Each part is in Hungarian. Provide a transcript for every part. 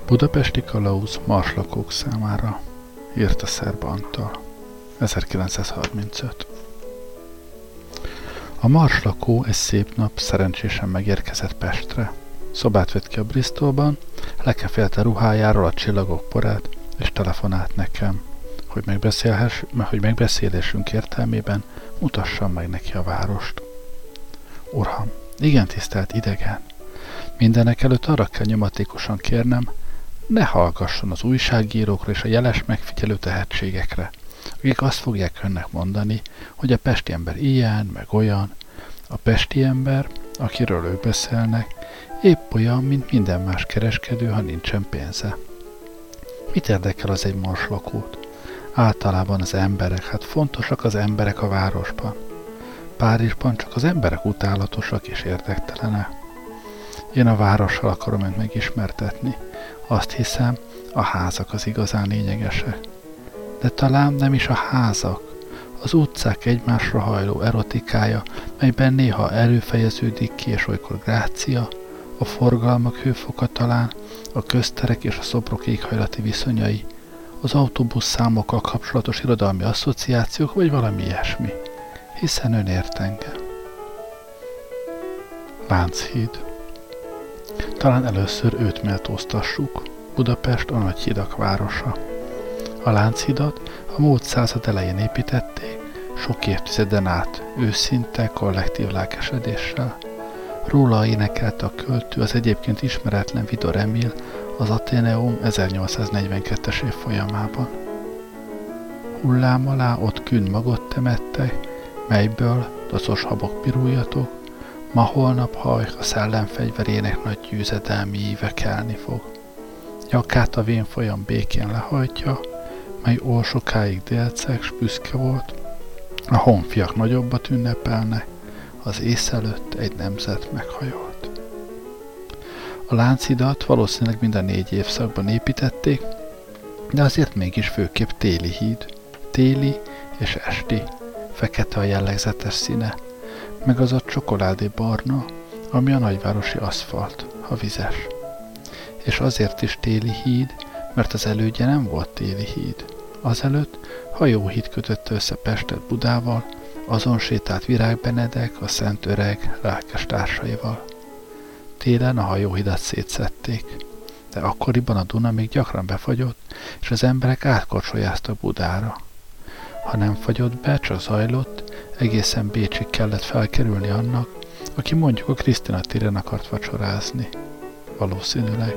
Budapesti kalauz marslakók számára, írta Szerb Antal, 1935. A marslakó egy szép nap szerencsésen megérkezett Pestre. Szobát vett ki a Bristolban, lekefélte ruhájáról a csillagok porát, és telefonált nekem, hogy megbeszélésünk értelmében mutassam meg neki a várost. Uram, igen tisztelt idegen, mindenek előtt arra kell nyomatékosan kérnem, ne hallgasson az újságírókra és a jeles megfigyelő tehetségekre, akik azt fogják önnek mondani, hogy a pesti ember ilyen, meg olyan. A pesti ember, akiről ők beszélnek, épp olyan, mint minden más kereskedő, ha nincsen pénze. Mit érdekel az egy marslakót? Általában az emberek, hát fontosak az emberek a városban. Párizsban csak az emberek utálatosak és érdektelenek. Én a várossal akarom önt megismertetni. Azt hiszem, a házak az igazán lényegesek. De talán nem is a házak, az utcák egymásra hajló erotikája, melyben néha előfejeződik ki és olykor grácia, a forgalmak hőfoka talán, a közterek és a szobrok éghajlati viszonyai, az autóbuszszámokkal kapcsolatos irodalmi asszociációk, vagy valami ilyesmi, hiszen ön ért engem. Lánchíd. Talán először őt méltóztassuk, Budapest a nagy hidak városa. A Lánchidat a múlt század elején építették, sok évtizeden át, őszinte, kollektív lelkesedéssel. Róla énekelte a költő az egyébként ismeretlen Vidor Emil az Athenaeum 1842-es év folyamában. Hullám alá ott künn magot temettek, melyből, dacos habok piruljatok, ma holnap hajk a szellemfegyverének nagy győzedelmi íve kelni fog. Nyakát a vén folyam békén lehajtja, mely oly sokáig délceg s büszke volt, a honfiak nagyobbat ünnepelnek, az ész előtt egy nemzet meghajolt. A Lánchidat valószínűleg mind a 4 évszakban építették, de azért mégis főképp téli híd, téli és esti, fekete a jellegzetes színe, meg az a csokoládé barna, ami a nagyvárosi aszfalt, ha vizes. És azért is téli híd, mert az elődje nem volt téli híd. Azelőtt hajóhíd kötötte össze Pestet Budával, azon sétált Virág Benedek a Szent Öreg lelkes társaival. Télen a hajóhidat szétszedték, de akkoriban a Duna még gyakran befagyott, és az emberek átkorcsolyáztak Budára. Ha nem fagyott be, csak zajlott, egészen Bécsig kellett felkerülni annak, aki mondjuk a Krisztina téren akart vacsorázni. Valószínűleg.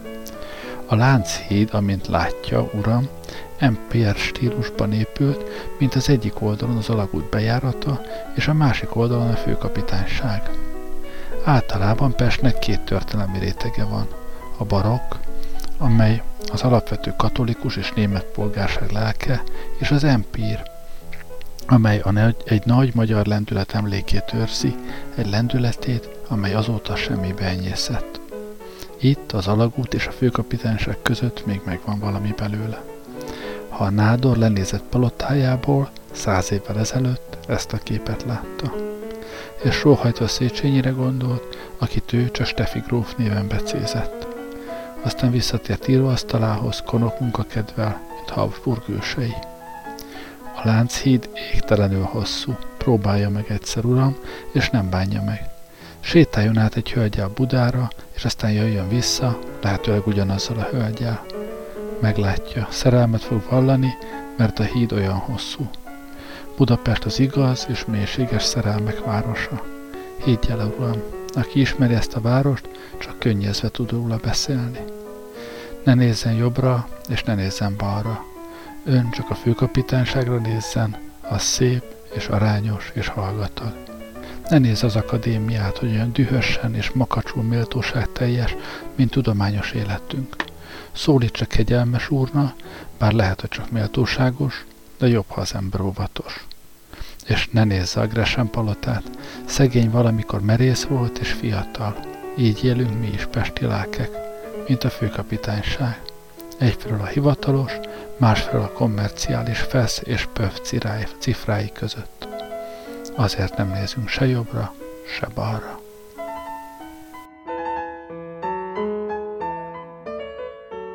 A Lánchíd, amint látja, uram, empire stílusban épült, mint az egyik oldalon az alagút bejárata, és a másik oldalon a főkapitányság. Általában Pestnek 2 történelmi rétege van. A barokk, amely az alapvető katolikus és német polgárság lelke, és az empire, amely egy nagy magyar lendület emlékét őrzi, egy lendületét, amely azóta semmibe enyészett. Itt az alagút és a főkapitányság között még megvan valami belőle. Ha a nádor lenézett palotájából 100 évvel ezelőtt ezt a képet látta. És sóhajtva Széchenyire gondolt, akit ő csak Steffi gróf néven becézett. Aztán visszatért íróasztalához konok munkakedvel, mint Habsburg ősei. A Lánchíd égtelenül hosszú, próbálja meg egyszer, uram, és nem bánja meg. Sétáljon át egy hölgyel Budára, és aztán jöjjön vissza, lehetőleg ugyanazzal a hölgyel. Meglátja, szerelmet fog vallani, mert a híd olyan hosszú. Budapest az igaz és mélységes szerelmek városa. Higgy el, uram, aki ismeri ezt a várost, csak könnyezve tud róla beszélni. Ne nézzen jobbra, és ne nézzen balra. Ön csak a főkapitányságra nézzen, az szép és arányos és hallgatag. Ne nézz az akadémiát, hogy olyan dühösen és makacsul méltóságteljes, mint tudományos életünk. Szólítsa kegyelmes úrna, bár lehet, hogy csak méltóságos, de jobb, ha az ember óvatos. És ne nézze a Gresham palotát, szegény valamikor merész volt és fiatal. Így élünk mi is pesti lelkek, mint a főkapitányság. Egyfelől a hivatalos, másfelől a kommerciális fesz és pöv cifrái között. Azért nem nézünk se jobbra, se balra.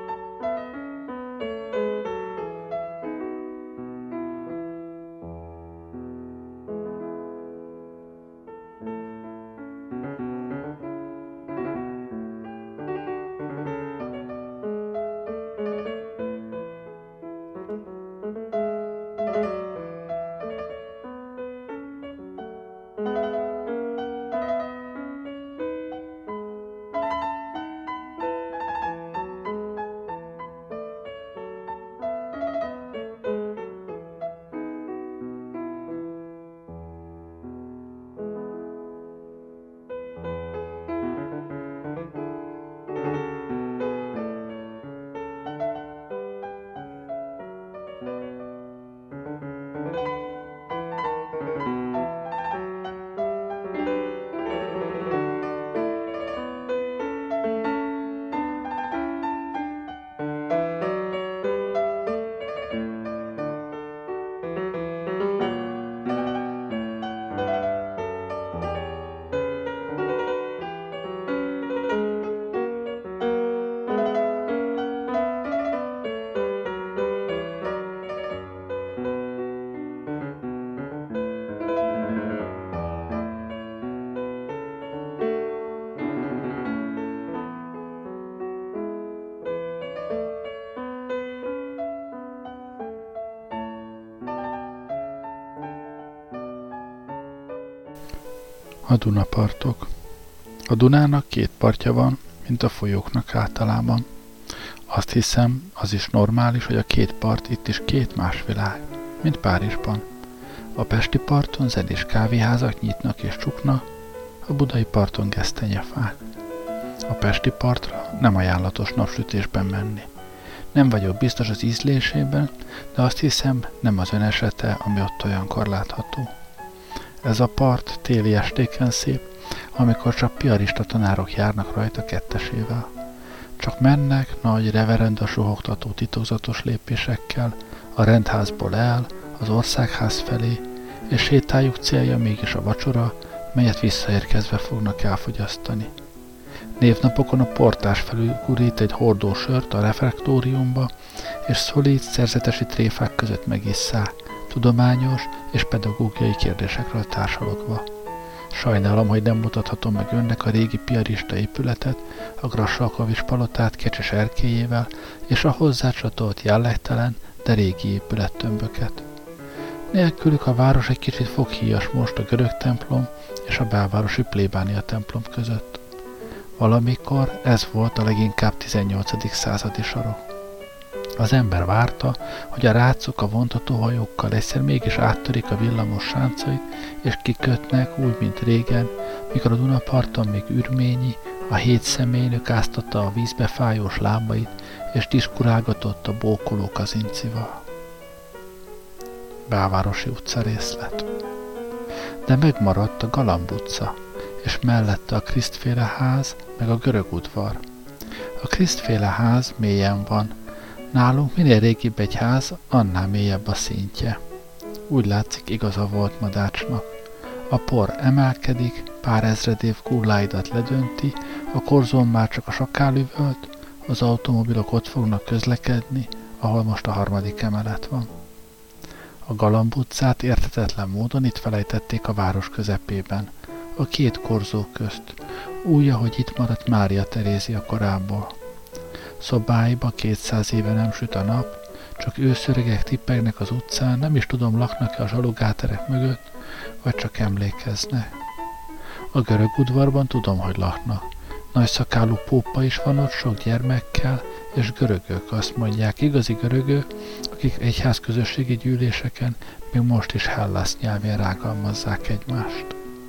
A Dunapartok. A Dunának két partja van, mint a folyóknak általában. Azt hiszem, az is normális, hogy a két part itt is két más világ, mint Párizsban. A pesti parton zenés kávéházak nyitnak és csuknak, a budai parton gesztenyefák. A pesti partra nem ajánlatos napsütésben menni. Nem vagyok biztos az ízlésében, de azt hiszem, nem az ön esete, ami ott olyankor látható. Ez a part téli estéken szép, amikor csak piarista tanárok járnak rajta kettesével. Csak mennek nagy, reverenda suhogtató titokzatos lépésekkel a rendházból el, az országház felé, és sétájuk célja mégis a vacsora, melyet visszaérkezve fognak elfogyasztani. Névnapokon a portás felülgurít egy hordó sört a refektóriumba, és szolid, szerzetesi tréfák között megisszá, tudományos és pedagógiai kérdésekről társalogva. Sajnálom, hogy nem mutathatom meg önnek a régi piarista épületet, a Grassalkovics palotát kecses erkélyével és a hozzá csatolt jellegtelen, de régi épülettömböket. Nélkülük a város egy kicsit foghíjas most a görög templom és a belvárosi plébánia templom között. Valamikor ez volt a leginkább 18. századi sarok. Az ember várta, hogy a rácok a vontatóhajókkal egyszer mégis áttörik a villamos sáncait, és kikötnek úgy, mint régen, mikor a Dunaparton még Ürményi, a 7 személynök áztatta a vízbe fájós lábait, és diskurálgatott a bókoló kazincival. Belvárosi utca részlet. De megmaradt a Galamb utca, és mellette a Krisztféle ház, meg a görög udvar. A Krisztféle ház mélyen van. Nálunk minél régibb egy ház, annál mélyebb a szintje. Úgy látszik, igaza volt Madácsnak. A por emelkedik, pár ezred év gulláidat ledönti, a korzón már csak a sakál üvölt, az automobilok ott fognak közlekedni, ahol most a 3. emelet van. A Galamb utcát érthetetlen módon itt felejtették a város közepében, a két korzó közt, úgy, ahogy itt maradt Mária Terézia korából. Szobáiba 200 éve nem süt a nap, csak őszöregek tippegnek az utcán, nem is tudom, laknak-e a zsalugáterek mögött, vagy csak emlékeznek. A görög udvarban tudom, hogy laknak. Nagy szakálú pópa is van ott sok gyermekkel, és görögök, azt mondják, igazi görögök, akik egyházközösségi gyűléseken még most is Hellász nyelvén rágalmazzák egymást.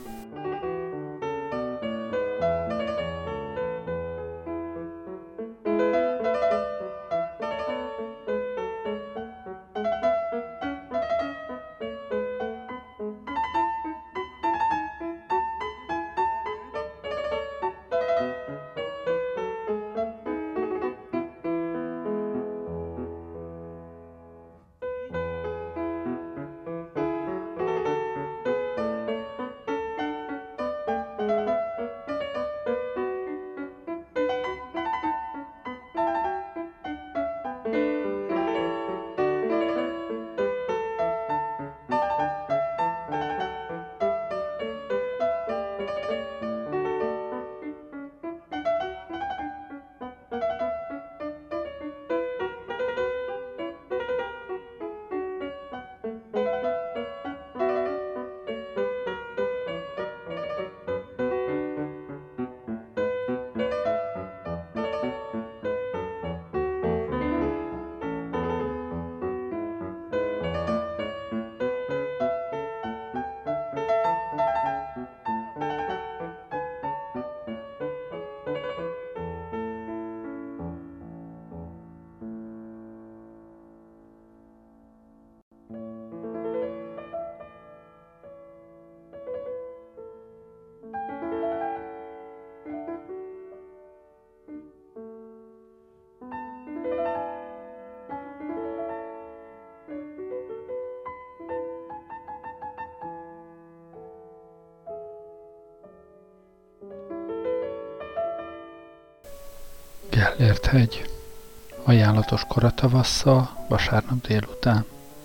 Gellért-hegy. Ajánlatos kora tavasszal, vasárnap délután.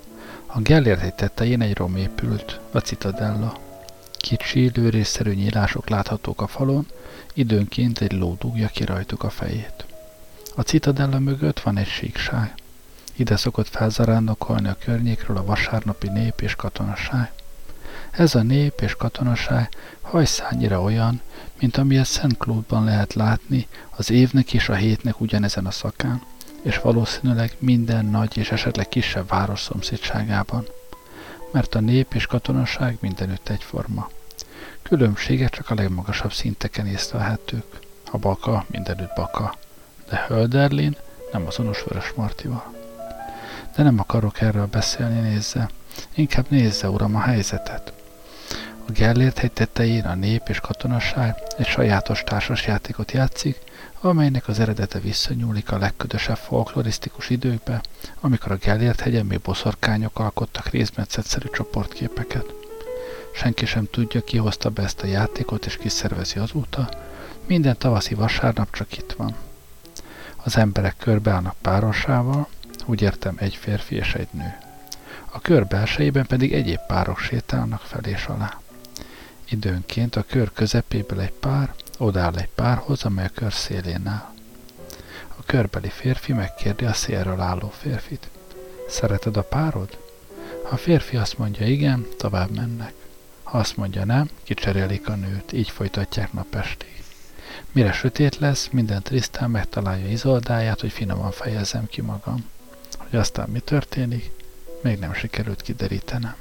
A Gellért-hegy tetején egy rom épült, a Citadella. Kicsi, lőrésszerű nyílások láthatók a falon, időnként egy ló dugja ki rajtuk a fejét. A Citadella mögött van egy síkság. Ide szokott felzarándokolni a környékről a vasárnapi nép és katonaság. Ez a nép és katonaság hajszányira olyan, mint amilyet Szent Claude-ban lehet látni az évnek és a hétnek ugyanezen a szakán, és valószínűleg minden nagy és esetleg kisebb város szomszédságában. Mert a nép és katonaság mindenütt egyforma. Különbségek csak a legmagasabb szinteken észlelhetők. A baka mindenütt baka, de Hölderlin nem azonos Vörösmartyval. De nem akarok erről beszélni, nézze. Inkább nézze, uram, a helyzetet. A Gellért-hegy tetején a nép és katonaság egy sajátos társasjátékot játszik, amelynek az eredete visszanyúlik a legködösebb folklorisztikus időkbe, amikor a Gellért-hegyen még boszorkányok alkottak részmetszetszerű csoportképeket. Senki sem tudja, ki hozta be ezt a játékot és kiszervezi azóta, minden tavaszi vasárnap csak itt van. Az emberek körbeállnak párosával, úgy értem egy férfi és egy nő. A kör belsejében pedig egyéb párok sétálnak fel és alá. Időnként a kör közepéből egy pár odáll egy párhoz, amely a kör szélén áll. A körbeli férfi megkérdi a szélről álló férfit. Szereted a párod? Ha a férfi azt mondja igen, tovább mennek. Ha azt mondja nem, kicserélik a nőt, így folytatják napestig. Mire sötét lesz, minden Trisztán megtalálja Izoldáját, hogy finoman fejezzem ki magam. Hogy aztán mi történik, még nem sikerült kiderítenem.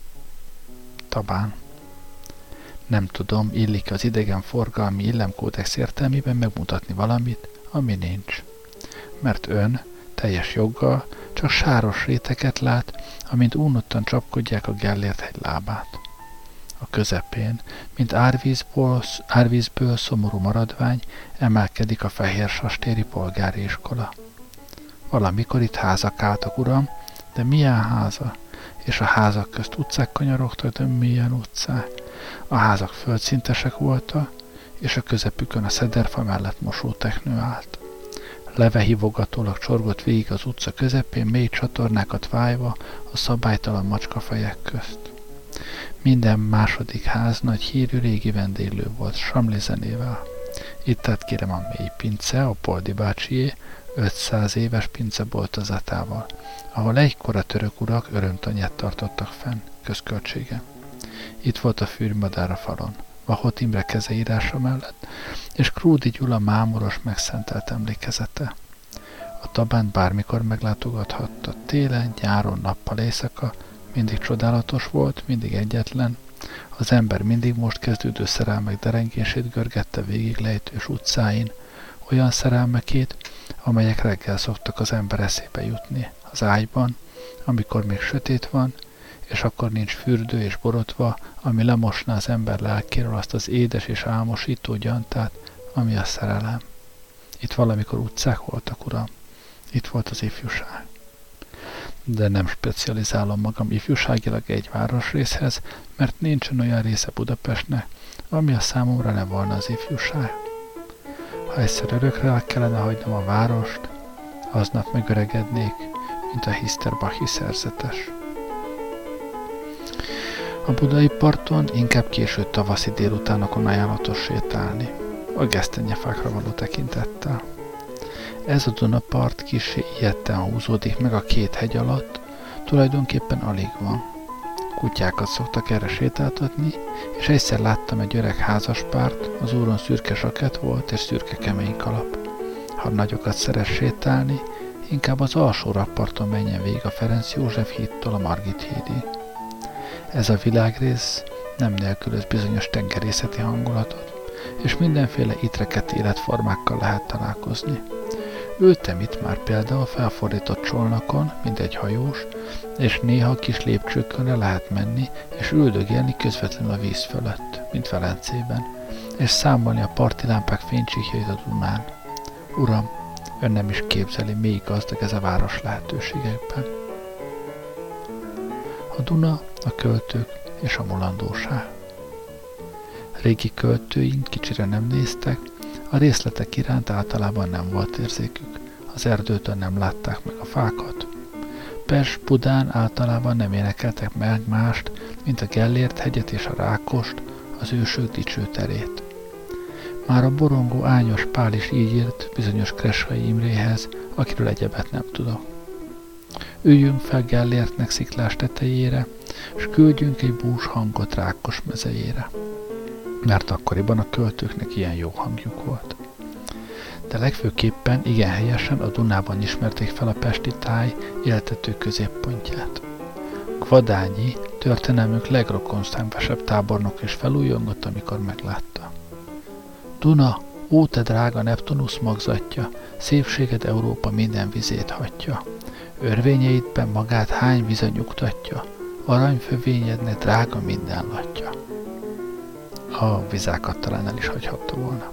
Tabán. Nem tudom, illik az idegenforgalmi illemkódex értelmében megmutatni valamit, ami nincs. Mert ön, teljes joggal, csak sáros réteket lát, amint unottan csapkodják a Gellért-hegy lábát. A közepén, mint árvízből szomorú maradvány, emelkedik a fehér sastéri polgári iskola. Valamikor itt házak álltak, uram, de milyen háza? És a házak közt utcák kanyarogtak, de milyen utcák? A házak földszintesek voltak, és a közepükön a szederfa mellett mosóteknő állt. Leve hívogatólag csorgott végig az utca közepén, mély csatornákat vájva a szabálytalan macskafejek közt. Minden második ház nagy hírű régi vendéglő volt, Samli zenével. Itt állt kérem a mély pince, a Poldi bácsié, 500 éves pinceboltozatával, ahol egykor a török urak örömtanyát tartottak fenn, közköltsége. Itt volt a fűrmadár a falon, Vahot Imre kezeírása mellett, és Krúdi Gyula mámoros megszentelt emlékezete. A Tabánt bármikor meglátogathatta, télen, nyáron, nappal, éjszaka, mindig csodálatos volt, mindig egyetlen, az ember mindig most kezdődő szerelmek derengését görgette végig lejtős utcáin, olyan szerelmekét, amelyek reggel szoktak az ember eszébe jutni, az ágyban, amikor még sötét van, és akkor nincs fürdő és borotva, ami lemosná az ember lelkéről azt az édes és álmosító gyantát, ami a szerelem. Itt valamikor utcák voltak, uram. Itt volt az ifjúság. De nem specializálom magam ifjúságilag egy városrészhez, mert nincsen olyan része Budapestnek, ami a számomra ne volna az ifjúság. Ha egyszer örökre el kellene hagynom a várost, aznap megöregednék, mint a Hiszterbachi szerzetes. A budai parton inkább késő tavaszi délutánokon ajánlatos sétálni, a gesztenyefákra való tekintettel. Ez a Dunapart kissé ijedten húzódik meg a két hegy alatt, tulajdonképpen alig van. Kutyákat szoktak erre sétáltatni, és egyszer láttam egy öreg házaspárt, az úron szürke zsakett volt és szürke kemény kalap. Ha nagyokat szeret sétálni, inkább az alsó rakparton menjen végig a Ferenc József hídtól a Margit hídig. Ez a világrész nem nélkülöz bizonyos tengerészeti hangulatot, és mindenféle itreket életformákkal lehet találkozni. Ültem itt már például felfordított csolnakon, mint egy hajós, és néha kis lépcsőkön lehet menni, és üldögélni közvetlenül a víz fölött, mint Velencében, és számolni a parti lámpák fénycsíkjait a Dunán. Uram, ön nem is képzeli, mély gazdag ez a város lehetőségekben. A Duna, a költők és a mulandóság. Régi költőink kicsire nem néztek, a részletek iránt általában nem volt érzékük, az erdőtől nem látták meg a fákat. Pest, Budán általában nem énekeltek meg mást, mint a Gellért-hegyet és a Rákost, az ősök dicsőterét. Már a borongó Ányos Pál is így írt bizonyos Kreskai Imréhez, akiről egyebet nem tudok. Üljünk fel Gellértnek sziklás tetejére, s küldjünk egy bús hangot Rákos mezejére. Mert akkoriban a költőknek ilyen jó hangjuk volt. De legfőképpen igen helyesen a Dunában ismerték fel a pesti táj éltető középpontját. Kvadányi történelmünk legrokonszámvesebb tábornok is felújongott, amikor meglátta. Duna, ó te drága Neptunusz magzatja, szépséged Európa minden vizét hatja. Örvényeidben magát hány vize nyugtatja, aranyfövényednek drága minden latja. A vizákat talán el is hagyhatta volna.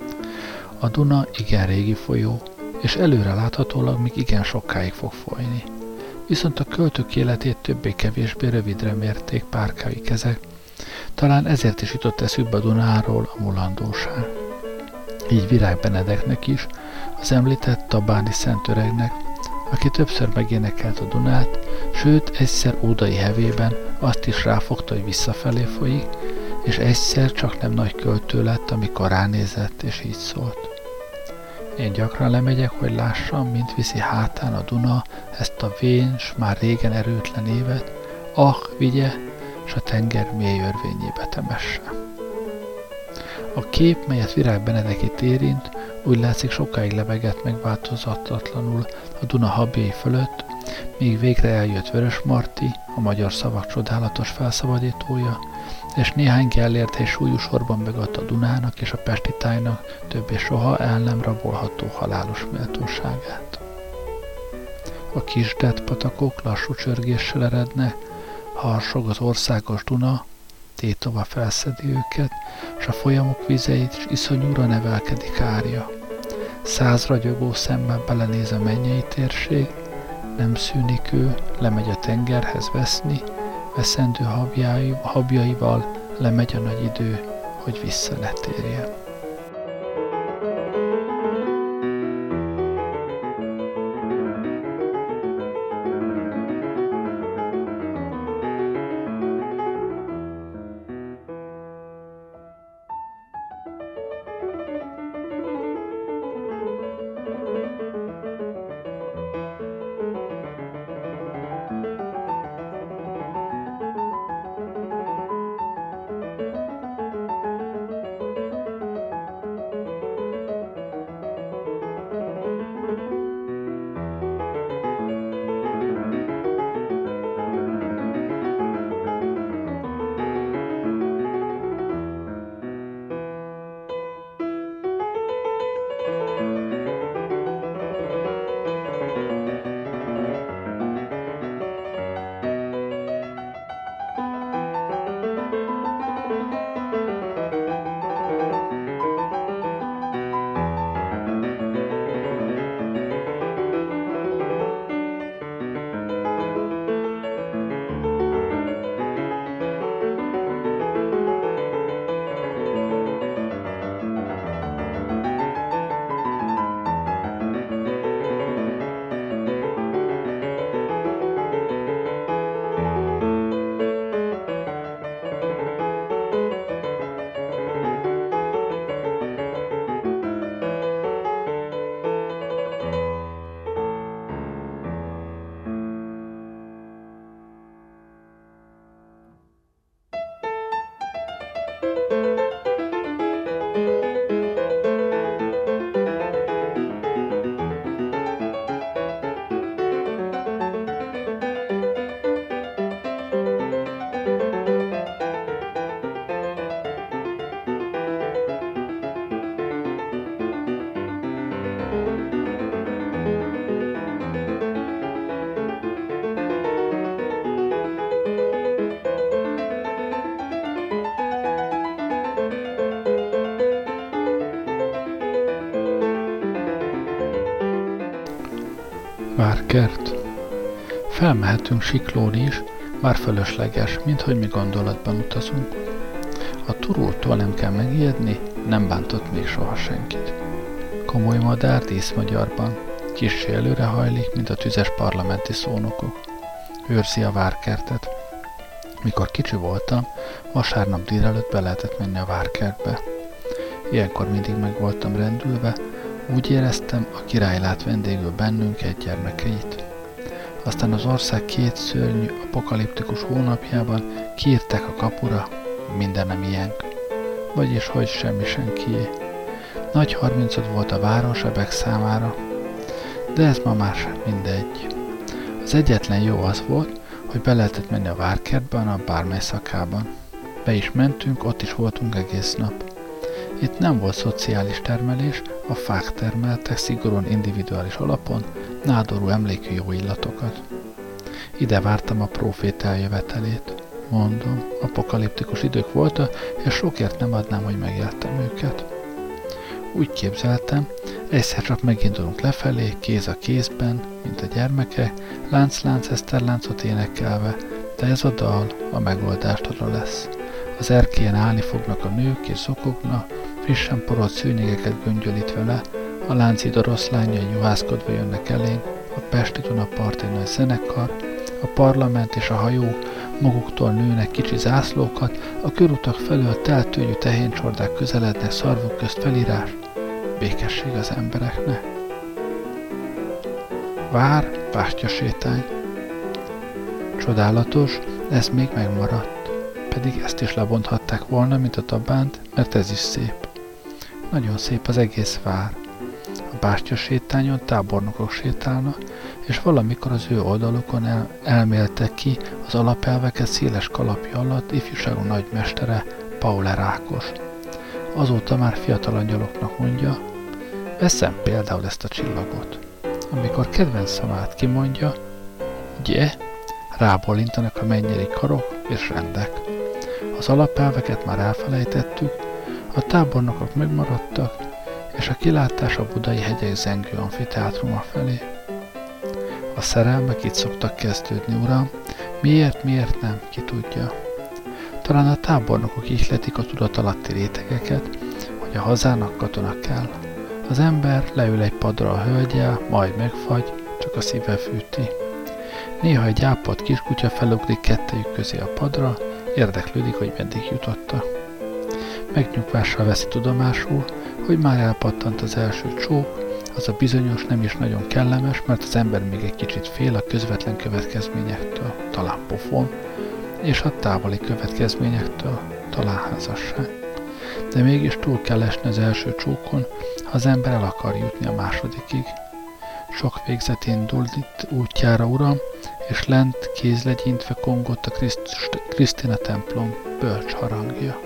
A Duna igen régi folyó, és előre láthatólag még igen sokáig fog folyni. Viszont a költők életét többé-kevésbé rövidre mérték párkái kezek, talán ezért is jutott eszükbe a Dunáról a mulandóság. Így Virág Benedeknek is, az említett Tabáni szentöregnek, aki többször megénekelt a Dunát, sőt egyszer ódai hevében azt is ráfogta, hogy visszafelé folyik, és egyszer csak nem nagy költő lett, amikor ránézett, és így szólt. Én gyakran lemegyek, hogy lássam, mint viszi hátán a Duna ezt a vén, s már régen erőtlen évet, vigye, s a tenger mély örvényébe temesse. A kép, melyet Virág Benedek itt érint, úgy látszik sokáig lebegett megváltozatlanul a Duna habjai fölött, míg végre eljött Vörösmarty, a magyar szavak csodálatos felszabadítója, és néhány Gellért és súlyú sorban megadta Dunának és a pesti tájnak többé soha el nem rabolható halálos méltóságát. A kisdett patakok lassú csörgéssel erednek, harsog az országos Duna, tétova felszedi őket, s a folyamok vizeit is iszonyúra nevelkedik árja. 100 ragyogó szemmel belenéz a mennyei térség, nem szűnik ő, lemegy a tengerhez veszni, veszendő habjaival lemegy a nagy idő, hogy vissza ne térjen. Várkert. Felmehetünk siklóni is, bár fölösleges, minthogy mi gondolatban utazunk. A turultól nem kell megijedni, nem bántott még soha senkit. Komoly madár díszmagyarban, kissé előre hajlik, mint a tüzes parlamenti szónokok. Őrzi a várkertet. Mikor kicsi voltam, vasárnap délelőtt be lehetett menni a várkertbe. Ilyenkor mindig meg voltam rendülve, úgy éreztem, a király lát vendégül bennünket, gyermekeit. Aztán az ország két szörnyű, apokaliptikus hónapjában kiírták a kapura, minden nem ilyenk. Vagyis, hogy semmi senkié. Nagy 35 volt a város ebek számára, de ez ma már sem mindegy. Az egyetlen jó az volt, hogy be lehetett menni a várkertbe a nap bármely szakában. Be is mentünk, ott is voltunk egész nap. Itt nem volt szociális termelés, a fák termeltek szigorúan individuális alapon nádorú emlékű jó illatokat. Ide vártam a próféta eljövetelét. Mondom, apokaliptikus idők voltak, és sokért nem adnám, hogy megéltem őket. Úgy képzeltem, egyszer csak megindulunk lefelé, kéz a kézben, mint a gyermekek, lánc-lánc eszterláncot énekelve, de ez a dal a megoldásra lesz. Az erkélyen állni fognak a nők és zokognak, frissen porolt szőnyegeket göngyölítve le, a láncid oroszlányai juhászkodva jönnek elénk, a Pesti Duna parti nagy zenekar, a parlament és a hajó maguktól nőnek kicsi zászlókat, a körutak felől teltőjű tehéncsordák közelednek, szarvuk közt felírás, békesség az embereknek. Vár, bástyasétány. Csodálatos, ez még megmaradt, pedig ezt is lebonthatták volna, mint a tabánt, mert ez is szép. Nagyon szép az egész vár. A bástyasétányon tábornokok sétálnak, és valamikor az ő oldalukon elmélte ki az alapelveket széles kalapja alatt ifjúságú nagymestere, Paule Rákos. Azóta már fiatal angyaloknak mondja, veszem például ezt a csillagot. Amikor kedvenc szavát kimondja, gye, rábólintanak a mennyei karok és rendek. Az alapelveket már elfelejtettük, a tábornokok megmaradtak, és a kilátás a budai hegyek zengő amfiteátruma felé. A szerelmek itt szoktak kezdődni, uram, miért nem, ki tudja. Talán a tábornokok ihletik a tudatalatti rétegeket, hogy a hazának katona kell. Az ember leül egy padra a hölgyel, majd megfagy, csak a szíve fűti. Néha egy ápolt kiskutya felugrik kettejük közé a padra, érdeklődik, hogy meddig jutotta. Megnyugvással veszi tudomásul, hogy már elpattant az első csók, az a bizonyos nem is nagyon kellemes, mert az ember még egy kicsit fél a közvetlen következményektől, talán pofon, és a távoli következményektől, talán házasság. De mégis túl kell esni az első csókon, ha az ember el akar jutni a másodikig. Sok végzet indul itt útjára, uram, és lent kézlegyintve kongott a Krisztina templom bölcs harangja.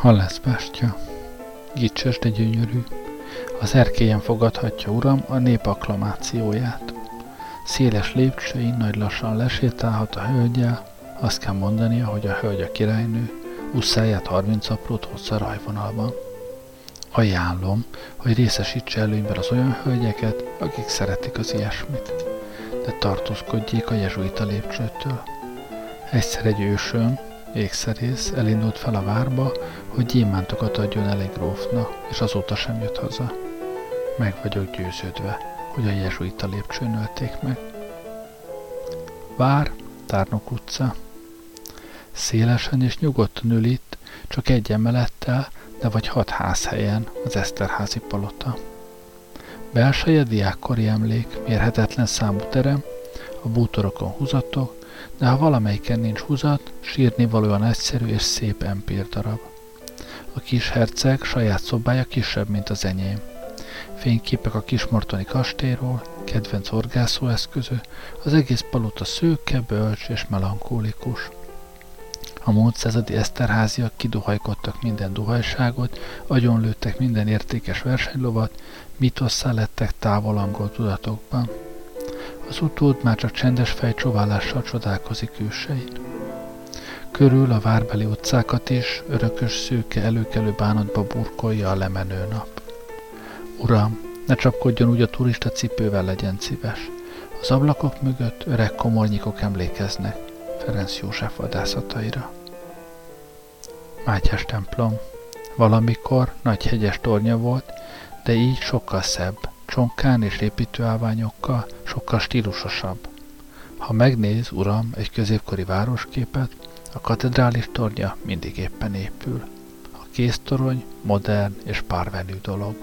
Hallász bástya, gicses, de gyönyörű. Az erkélyen fogadhatja, uram, a nép akklamációját. Széles lépcsőin nagy lassan lesétálhat a hölgyel, azt kell mondania, hogy a hölgy a királynő, usszáját 30 aprót hozz a rajvonalban. Ajánlom, hogy részesítse előnyben az olyan hölgyeket, akik szeretik az ilyesmit, de tartózkodjék a jezsuita lépcsőtől. Egyszer egy ősön, ékszerész elindult fel a várba, hogy gyémántokat adjon el egy grófnak, és azóta sem jött haza. Meg vagyok győződve, hogy a jezsuita lépcsőn ölték meg. Vár, Tárnok utca. Szélesen és nyugodtan ül itt, csak egy emelettel, de vagy 6 házhelyen az Eszterházy palota. Belseje diákkori emlék, mérhetetlen számú terem, a bútorokon húzatok, de ha valamelyiken nincs húzat, sírnivalóan egyszerű és szép empírdarab. A kis herceg saját szobája kisebb, mint az enyém. Fényképek a kismortoni kastélyról, kedvenc horgászóeszköző, az egész palota szőke, bölcs és melankólikus. A múlt századi Eszterházyak kiduhajkodtak minden duhajságot, agyonlőttek minden értékes versenylovat, mitosszá lettek távolangol tudatokban. Az utód már csak csendes fejcsóválással csodálkozik ősein. Körül a várbeli utcákat is örökös szőke előkelő bánatba burkolja a lemenő nap. Uram, ne csapkodjon úgy a turista cipővel, legyen szíves. Az ablakok mögött öreg komornyikok emlékeznek Ferenc József vadászataira. Mátyás templom. Valamikor nagy hegyes tornya volt, de így sokkal szebb, csonkán és építőállványokkal, sokkal stílusosabb. Ha megnéz, uram, egy középkori városképet, a katedrális tornya mindig éppen épül. A kéztorony modern és párvenű dolog.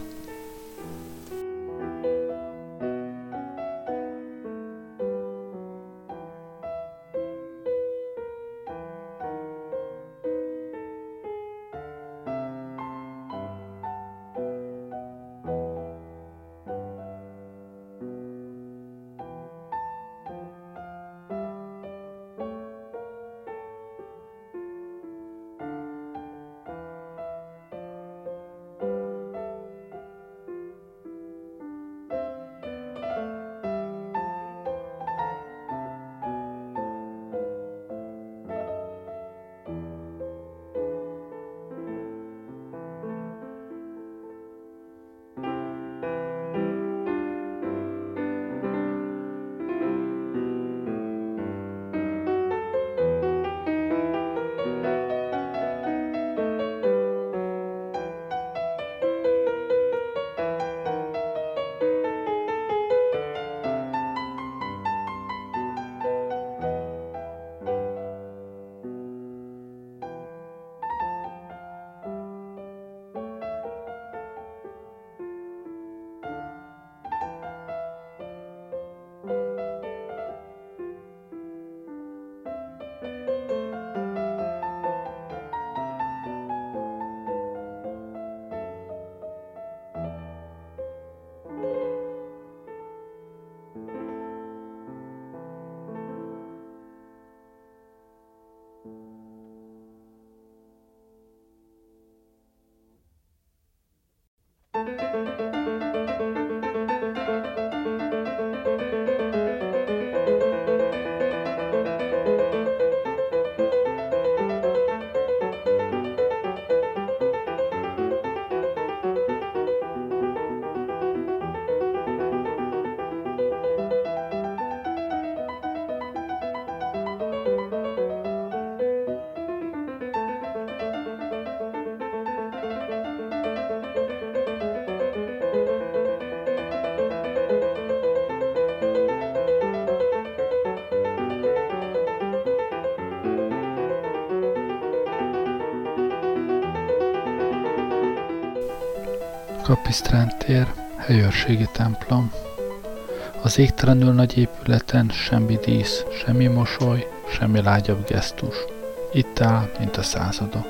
Kapisztrán tér, helyőrségi templom. Az égtelenül nagy épületen semmi dísz, semmi mosoly, semmi lágyabb gesztus. Itt áll, mint a századok.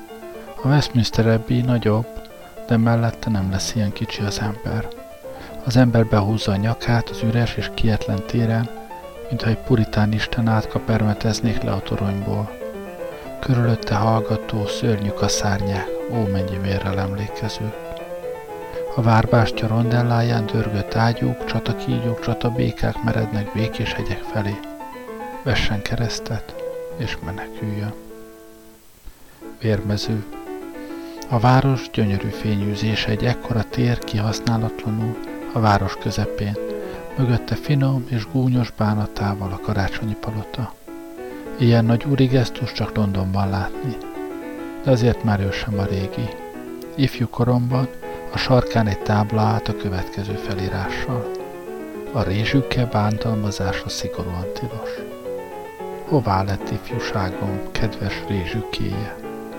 A Westminster Abbey nagyobb, de mellette nem lesz ilyen kicsi az ember. Az ember behúzza a nyakát az üres és kietlen téren, mintha egy puritán istenátka permeteznék le a toronyból. Körülötte hallgató, szörnyű kaszárnyák, ómennyi vérrel emlékező. A várbástya rondelláján dörgő ágyúk, csatakígyók, csatabékák merednek békés hegyek felé. Vessen keresztet, és meneküljön. Vérmező. A város gyönyörű fényűzés, egy ekkora tér kihasználatlanul a város közepén, mögötte finom és gúnyos bánatával a karácsonyi palota. Ilyen nagy úri gesztus csak Londonban látni, de azért már ő sem a régi. Ifjú koromban a sarkán egy tábla állt a következő felirással. A rézsükkel bántalmazása szigorúan tilos. Hová lett ifjúságom, kedves rézsükéje?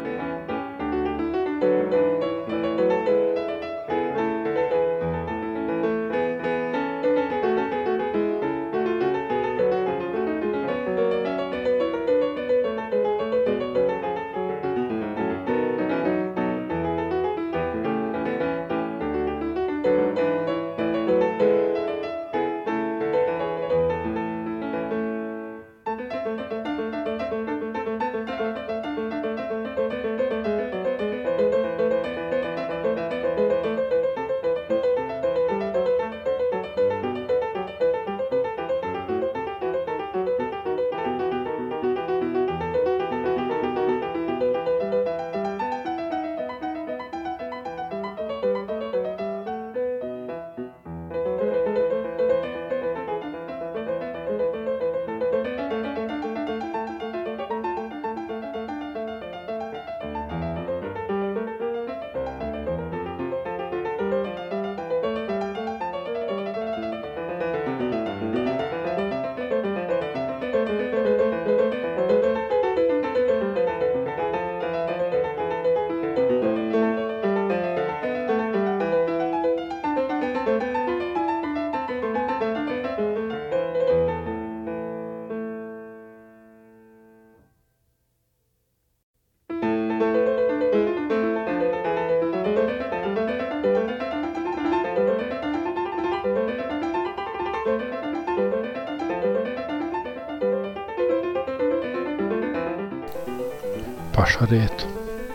Pasarét.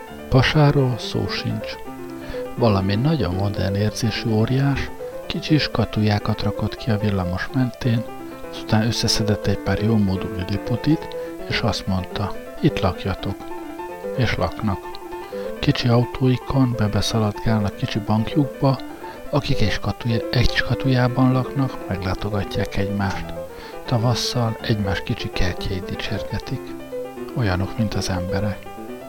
Pasáról szó sincs. Valami nagyon modern érzésű óriás, kicsi skatujákat rakott ki a villamos mentén, azután összeszedett egy pár jómódú liliputit, és azt mondta, itt lakjatok. És laknak. Kicsi autóikon bebeszaladgálnak kicsi bankjukba, akik egy skatujában laknak, meglátogatják egymást. Tavasszal egymás kicsi kertjeit dicsérgetik. Olyanok, mint az emberek.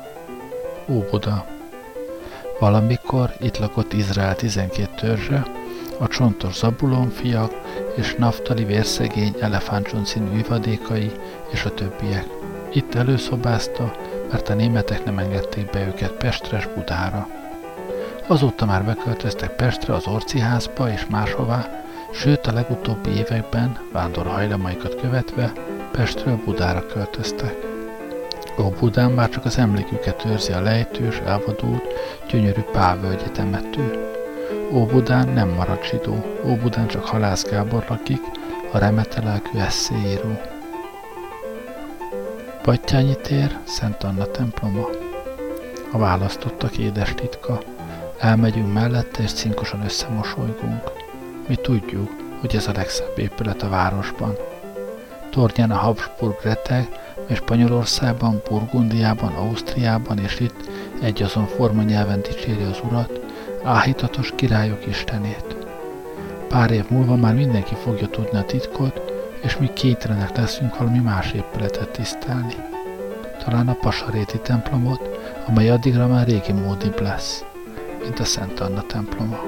Óbuda. Valamikor itt lakott Izrael 12 törzse, a csontos Zabulon fiak és Naftali vérszegény elefántcsont színű ivadékai és a többiek. Itt előszobázta, mert a németek nem engedték be őket Pestre s Budára. Azóta már beköltöztek Pestre az Orciházba és máshová, sőt a legutóbbi években, vándorhajlamaikat követve, Pestről Budára költöztek. Óbudán már csak az emléküket őrzi a lejtős, elvadult, gyönyörű pálvölgyi temető. Óbudán nem marad zsidó, Óbudán csak Halász Gábor lakik, a remetelelkű esszéíró. Battyányi tér, Szent Anna temploma. A választottak édes titka. Elmegyünk mellette és cinkosan összemosolygunk. Mi tudjuk, hogy ez a legszebb épület a városban. Tornyán a Habsburg reteg, és Spanyolországban, Burgundiában, Ausztriában és itt egyazon formanyelven dicséri az urat, áhítatos királyok istenét. Pár év múlva már mindenki fogja tudni a titkot, és mi kénytelenek leszünk valami más épületet tisztelni. Talán a pasaréti templomot, amely addigra már régi módibb lesz, mint a Szent Anna temploma.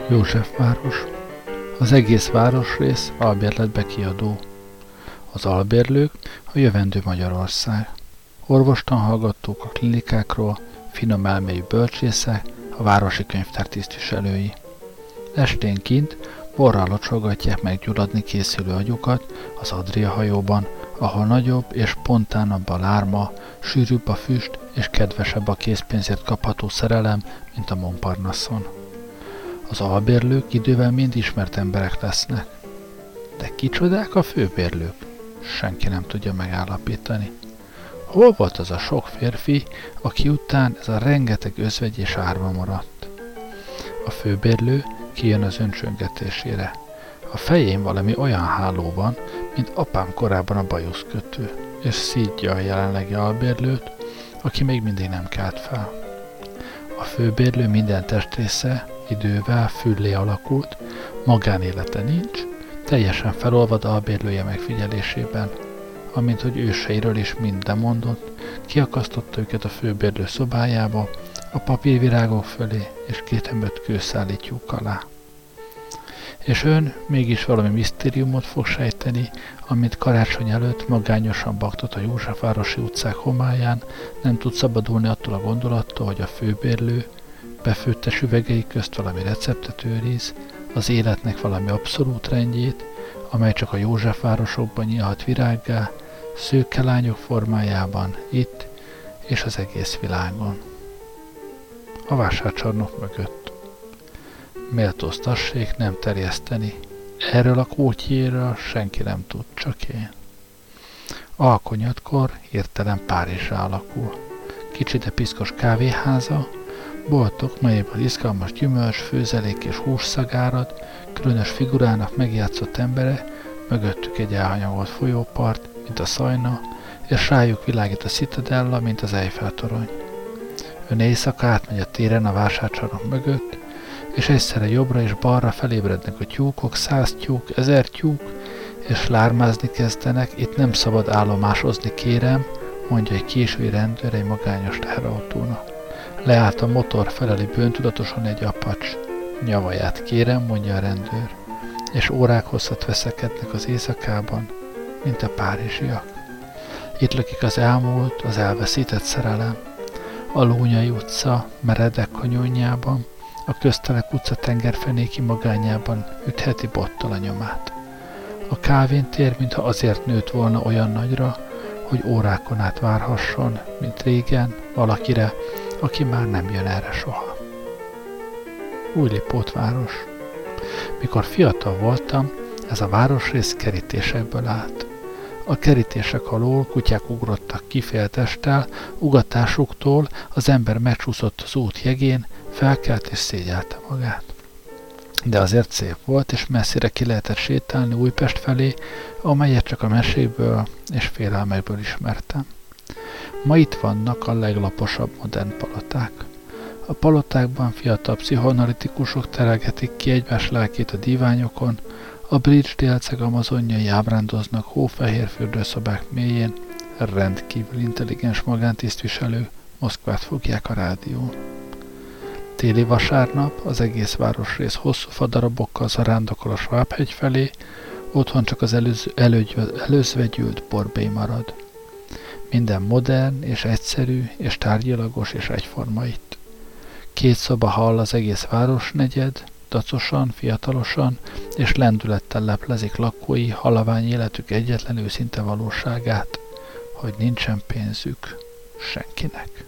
Józsefváros. Az egész városrész albérletbe kiadó. Az albérlők a jövendő Magyarország. Orvostanhallgatók a klinikákról, finom elmélyű bölcsészek, a városi könyvtár tisztviselői. Esténként borral locsolgatják meggyulladni készülő agyukat az Adria hajóban, ahol nagyobb és spontánabb a lárma, sűrűbb a füst és kedvesebb a készpénzért kapható szerelem, mint a Montparnasse-on. Az albérlők idővel mind ismert emberek lesznek. De kicsodák a főbérlők? Senki nem tudja megállapítani. Hol volt az a sok férfi, aki után ez a rengeteg özvegy és árva maradt? A főbérlő kijön az öncsöngetésére. A fején valami olyan háló van, mint apám korábban a bajuszkötő, és szídja a jelenlegi albérlőt, aki még mindig nem kelt fel. A főbérlő minden testrésze idővel füllé alakult, magánélete nincs, teljesen felolvad albérlője megfigyelésében, amint hogy őseiről is minden mondott, kiakasztotta őket a főbérlő szobájába, a papírvirágok fölé és 2 ember kőszállítjuk alá. És ön mégis valami misztériumot fog sejteni, amit karácsony előtt magányosan baktat a Józsefvárosi utcák homályán, nem tud szabadulni attól a gondolattól, hogy a főbérlő befőttes üvegei közt valami receptet őriz, az életnek valami abszolút rendjét, amely csak a Józsefvárosokban nyílhat virággá, szőke lányok formájában, itt és az egész világon. A vásárcsarnok mögött. Méltóztassék nem terjeszteni. Erről a kótyéről senki nem tud, csak én. Alkonyatkor hirtelen Párizsra alakul. Kicsi, de piszkos kávéháza, boltok, melyekből izgalmas gyümölcs, főzelék és hússzagárad, különös figurának megjátszott embere, mögöttük egy elhanyagolt folyópart, mint a Szajna, és rájuk világít a Citadella, mint az Eiffel-torony. Ön éjszaka átmegy a téren a vásárcsarnok mögött, és egyszerre jobbra és balra felébrednek a tyúkok, 100 tyúk, 1000 tyúk, és lármázni kezdenek, itt nem szabad állomásozni, kérem, mondja egy késői rendőr egy magányos teherautónak. Leállt a motor, feleli bűntudatosan egy apacs. Nyavaját kérem, mondja a rendőr, és órák hosszat veszekednek az éjszakában, mint a párizsiak. Itt lakik az elmúlt, az elveszített szerelem. A Lónyai utca meredek kanyonjában, a Köztelek utca tengerfenéki magányában ütheti bottal a nyomát. A kávéntér, mintha azért nőtt volna olyan nagyra, hogy órákon át várhasson, mint régen, valakire, aki már nem jön erre soha. Újlipótváros. Mikor fiatal voltam, ez a városrész kerítésekből állt. A kerítések alól kutyák ugrottak ki féltesttel, ugatásuktól az ember megcsúszott az út jegén, felkelt és szégyelte magát. De azért szép volt, és messzire ki lehetett sétálni Újpest felé, amelyet csak a mesékből és félelmekből ismertem. Ma itt vannak a leglaposabb modern paloták. A palotákban fiatal pszichoanalitikusok terelgetik ki egymás lelkét a díványokon, a bridge délceg amazonjai ábrándoznak hófehér fürdőszobák mélyén, rendkívül intelligens magántisztviselők Moszkvát fogják a rádión. Téli vasárnap az egész városrész hosszú fadarabokkal zarándokol a Svábhegy felé, otthon csak az előzvegyült borbély marad. Minden modern és egyszerű és tárgyilagos és egyforma itt. 2 szoba hall az egész városnegyed, dacosan, fiatalosan és lendülettel leplezik lakói halavány életük egyetlen őszinte valóságát, hogy nincsen pénzük senkinek.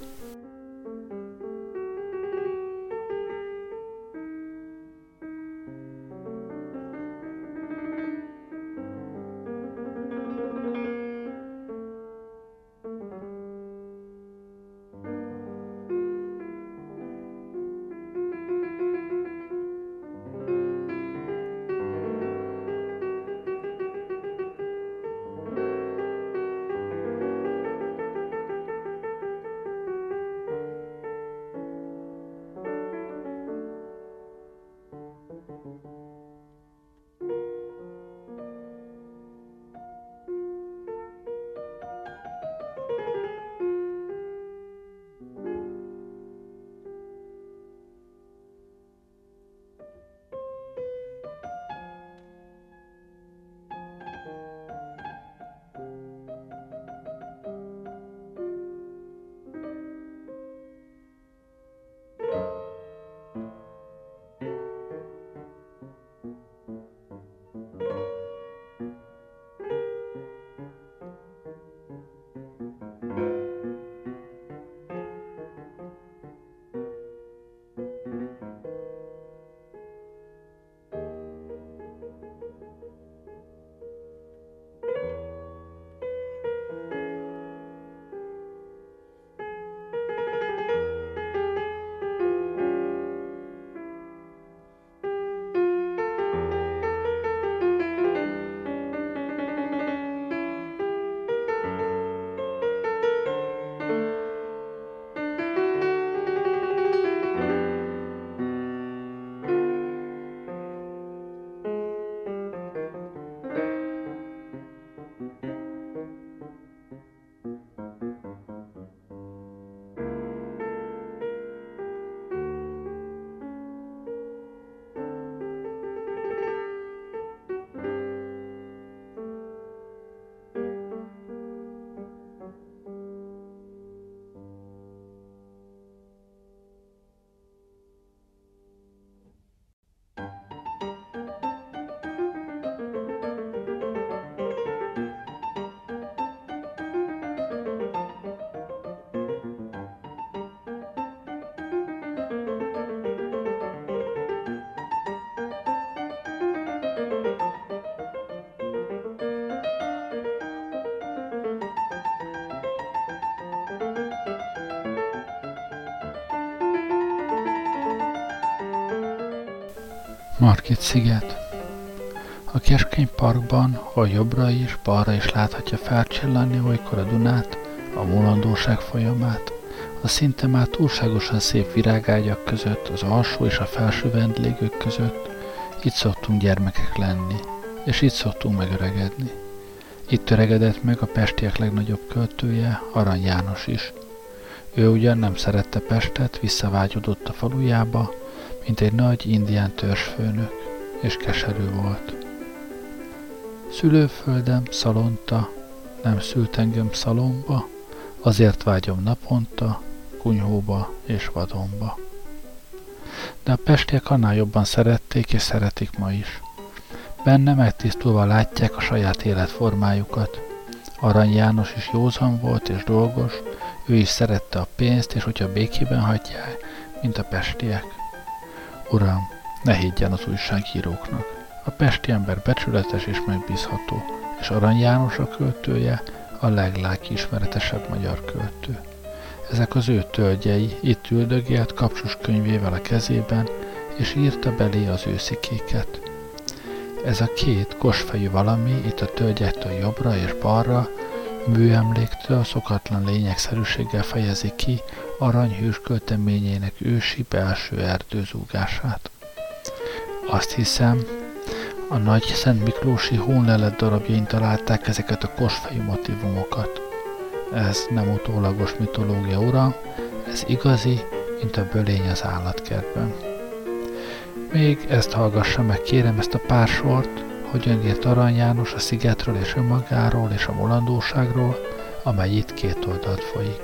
Margit-sziget. A keskeny parkban, hol jobbra is, balra is láthatja felcsillanni olykor a Dunát, a mulandóság folyamát, a szinte már túlságosan szép virágágyak között, az alsó és a felső vendégek között. Itt szoktunk gyermekek lenni, és itt szoktunk megöregedni. Itt öregedett meg a pestiek legnagyobb költője, Arany János is. Ő ugyan nem szerette Pestet, visszavágyódott a falujába, mint egy nagy indián törzsfőnök, és keserű volt. Szülőföldem Szalonta, nem szült engem Szalomba, azért vágyom naponta, kunyhóba és vadonba. De a pestiek annál jobban szerették és szeretik ma is. Benne megtisztulva látják a saját életformájukat. Arany János is józan volt és dolgos, ő is szerette a pénzt, és hogyha békében hagyják, mint a pestiek. Uram, ne higgyen az újságíróknak. A pesti ember becsületes és megbízható, és Arany János a költője a leglelkiismeretesebb magyar költő. Ezek az ő tölgyei, itt üldögélt kapcsos könyvével a kezében, és írta belé az őszikéket. Ez a két kosfejű valami itt a tölgyektől jobbra és balra, műemléktől szokatlan lényegszerűséggel fejezi ki Arany hős költeményének ősi belső erdőzúgását. Azt hiszem, a nagy Szent Miklósi hónlelet darabjain találták ezeket a kosfejű motivumokat. Ez nem utólagos mitológia, uram, ez igazi, mint a bölény az állatkertben. Még ezt hallgassa meg, kérem, ezt a pár sort, hogyan írt Arany János a szigetről és önmagáról és a mulandóságról, amely itt két oldalt folyik.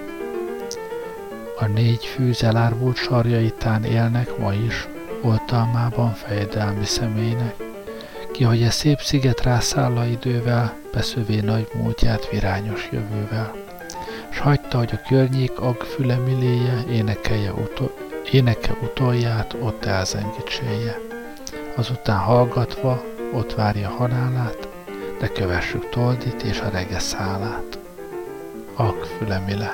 A négy fűz elárvult sarjaitán élnek ma is, oltalmában fejedelmi személynek, ki, hogy a szép sziget rászálla idővel, beszövé nagy múltját virányos jövővel, s hagyta, hogy a környék agfülemiléje éneke utolját ott elzengicséje. Azután hallgatva ott várja halálát, de kövessük Toldit és a regeszálát. Agfülemile.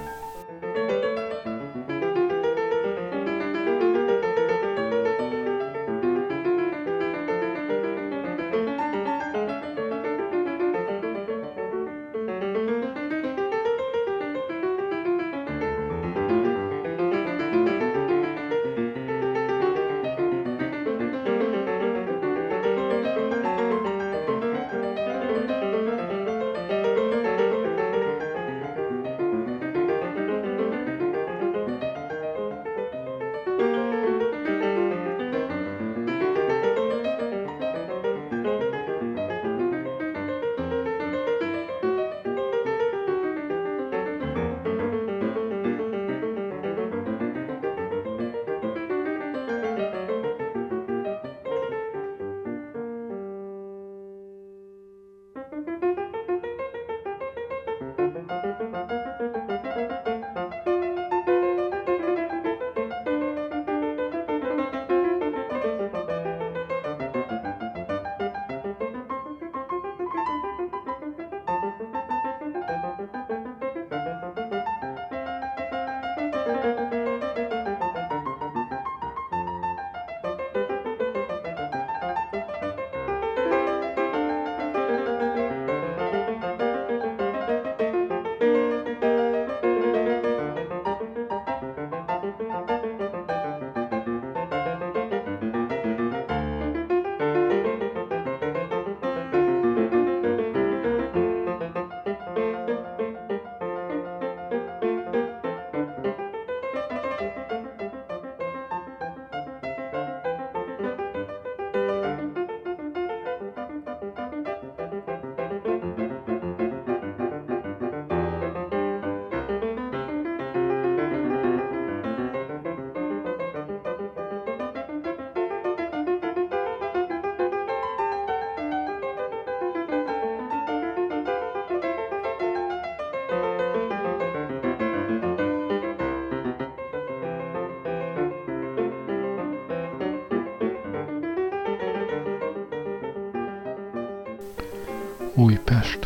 Újpest.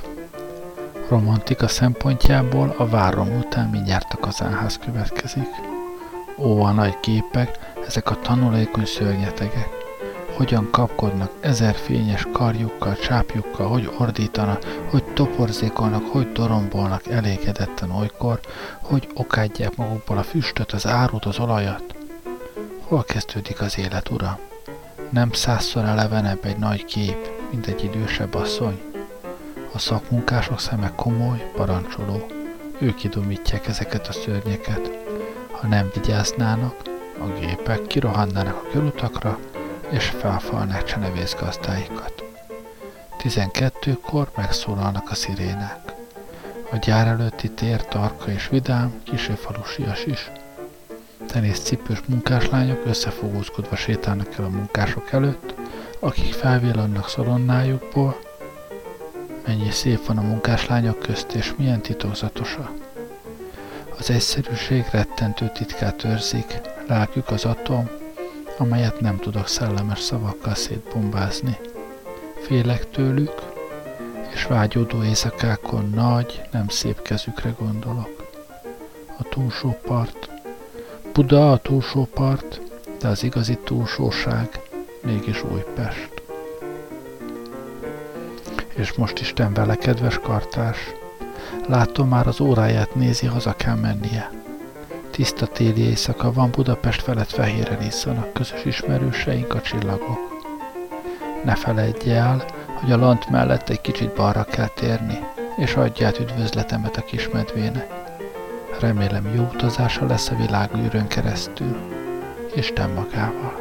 Romantika szempontjából a várom után mindjárt a kazánház következik. Ó, a nagy képek, ezek a tanulékony szörnyetegek. hogyan kapkodnak 1000 fényes karjukkal, csápjukkal, hogy ordítanak, hogy toporzékolnak, hogy dorombolnak elégedetten olykor, hogy okádják magukból a füstöt, az árut, az olajat. Hol kezdődik az élet, uram? Nem 100-szor elevenebb egy nagy kép, mint egy idősebb asszony. A szakmunkások szeme komoly, parancsoló. Ők idomítják ezeket a szörnyeket. Ha nem vigyáznának, a gépek kirohannának a körutakra, és felfalnák csenevész gazdáikat. 12-kor megszólalnak a szirénák. A gyár előtti tér tarka és vidám, kisé falusias is. Tenészcipős munkáslányok összefogózkodva sétálnak el a munkások előtt, akik felvillannak szalonnájukból. Mennyi szép van a munkáslányok közt, és milyen titokzatosa. Az egyszerűség rettentő titkát őrzik, lelkük az atom, amelyet nem tudok szellemes szavakkal szétbombázni. Félek tőlük, és vágyódó éjszakákon nagy, nem szép kezükre gondolok. A túlsó part, Buda a túlsó part, de az igazi túlsóság mégis Újpest. És most Isten vele, kedves kartárs, látom már az óráját nézi, haza kell mennie. Tiszta téli éjszaka van, Budapest felett fehéren iszanak közös ismerőseink, a csillagok. Ne feledje el, hogy a lant mellett egy kicsit balra kell térni, és adj át üdvözletemet a kismedvének. Remélem jó utazása lesz a világűrön keresztül, Isten magával.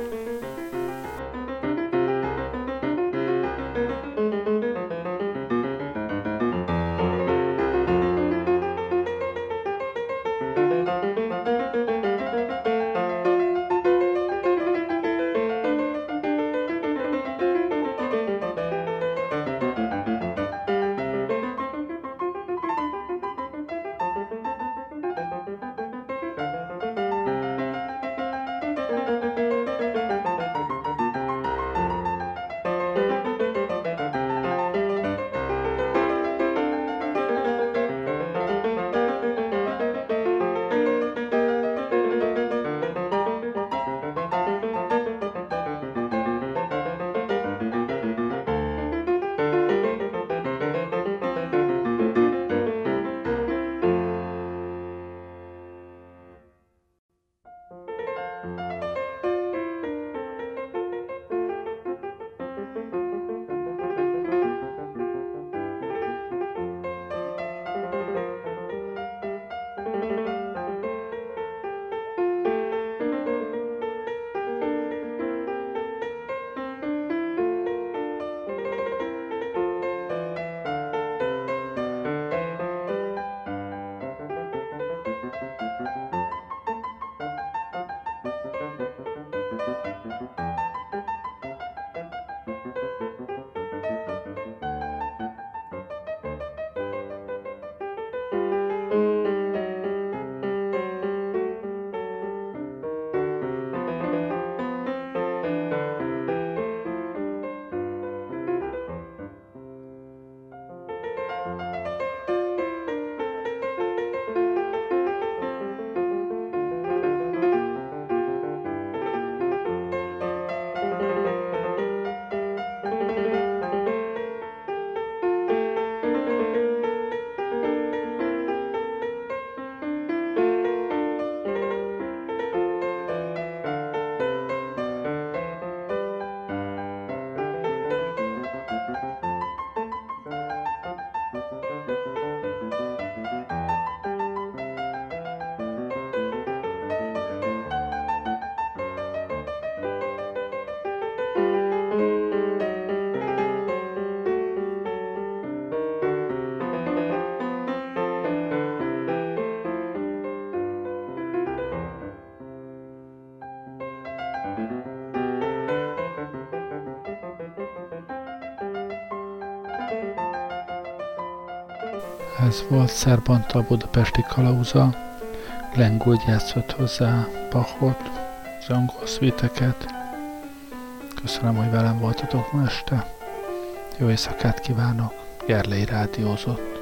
Ez volt Szerb budapesti kalauza. Glenn Gould játszott hozzá Bachot, az angol szvíteket. Köszönöm, hogy velem voltatok ma este. Jó éjszakát kívánok. Gerlei rádiózott.